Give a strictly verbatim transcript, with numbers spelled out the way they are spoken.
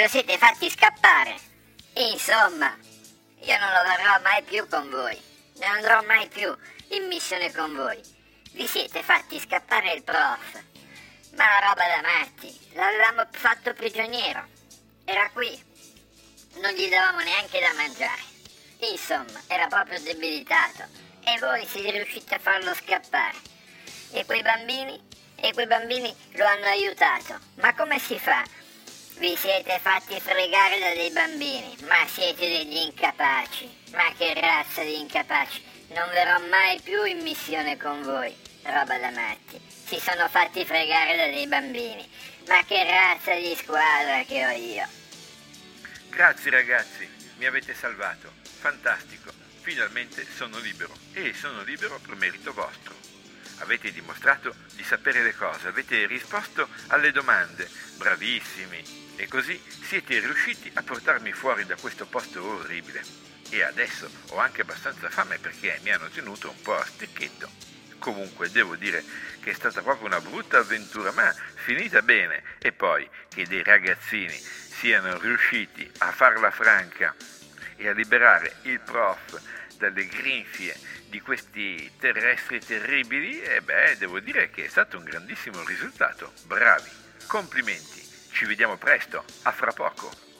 lo siete fatti scappare. Insomma, io non lo verrò mai più con voi. Ne andrò mai più in missione con voi. Vi siete fatti scappare il prof. Ma roba da matti. L'avevamo fatto prigioniero. Era qui. Non gli davamo neanche da mangiare. Insomma, era proprio debilitato. E voi siete riusciti a farlo scappare. E quei bambini? E quei bambini lo hanno aiutato. Ma come si fa? Vi siete fatti fregare da dei bambini. Ma siete degli incapaci. Ma che razza di incapaci. Non verrò mai più in missione con voi. Roba da matti. Si sono fatti fregare da dei bambini. Ma che razza di squadra che ho io. Grazie ragazzi, mi avete salvato. Fantastico. Finalmente sono libero. E sono libero per merito vostro. Avete dimostrato di sapere le cose, avete risposto alle domande. Bravissimi. E così siete riusciti a portarmi fuori da questo posto orribile. E adesso ho anche abbastanza fame perché mi hanno tenuto un po' a stecchetto. Comunque devo dire che è stata proprio una brutta avventura, ma finita bene. E poi che dei ragazzini siano riusciti a farla franca e a liberare il prof dalle grinfie di questi terrestri terribili, e beh, devo dire che è stato un grandissimo risultato. Bravi, complimenti. Ci vediamo presto, a fra poco.